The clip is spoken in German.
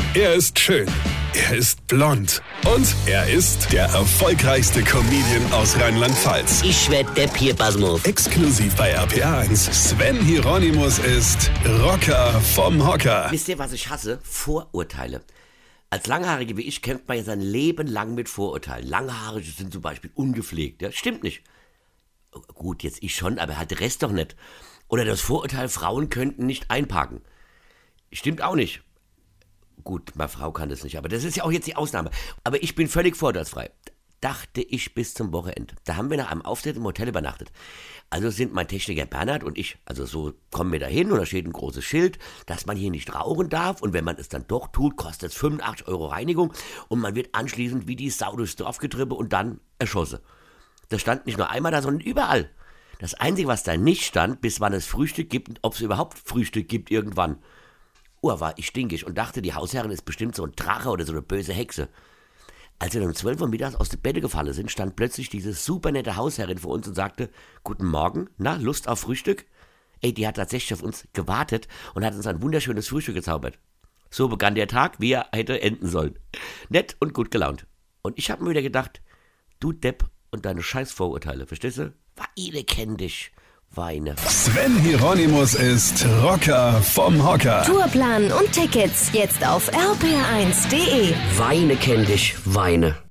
Er ist schön. Er ist blond. Und er ist der erfolgreichste Comedian aus Rheinland-Pfalz. Ich werd der Pierpasmus. Exklusiv bei RPA1. Sven Hieronymus ist Rocker vom Hocker. Wisst ihr, was ich hasse? Vorurteile. Als Langhaarige wie ich kämpft man ja sein Leben lang mit Vorurteilen. Langhaarige sind zum Beispiel ungepflegt. Ja? Stimmt nicht. Gut, jetzt ich schon, aber halt der Rest doch nicht. Oder das Vorurteil, Frauen könnten nicht einparken. Stimmt auch nicht. Gut, meine Frau kann das nicht, aber das ist ja auch jetzt die Ausnahme. Aber ich bin völlig vorurteilsfrei. Dachte ich bis zum Wochenende. Da haben wir nach einem Auftritt im Hotel übernachtet. Also sind mein Techniker Bernhard und ich, also so kommen wir da hin und da steht ein großes Schild, dass man hier nicht rauchen darf und wenn man es dann doch tut, kostet es 85 € Reinigung und man wird anschließend wie die Sau durchs Dorf getrieben und dann erschossen. Das stand nicht nur einmal da, sondern überall. Das Einzige, was da nicht stand, bis wann es Frühstück gibt und ob es überhaupt Frühstück gibt irgendwann. War ich stinkig und dachte, die Hausherrin ist bestimmt so ein Drache oder so eine böse Hexe. Als wir dann um 12 Uhr mittags aus dem Bett gefallen sind, stand plötzlich diese super nette Hausherrin vor uns und sagte, guten Morgen, na, Lust auf Frühstück? Ey, die hat tatsächlich auf uns gewartet und hat uns ein wunderschönes Frühstück gezaubert. So begann der Tag, wie er hätte enden sollen. Nett und gut gelaunt. Und ich habe mir wieder gedacht, du Depp und deine scheiß Vorurteile, verstehst du? Weine kenn dich. Weine. Sven Hieronymus ist Rocker vom Hocker. Tourplan und Tickets jetzt auf rpr1.de. Weine kenn dich, weine.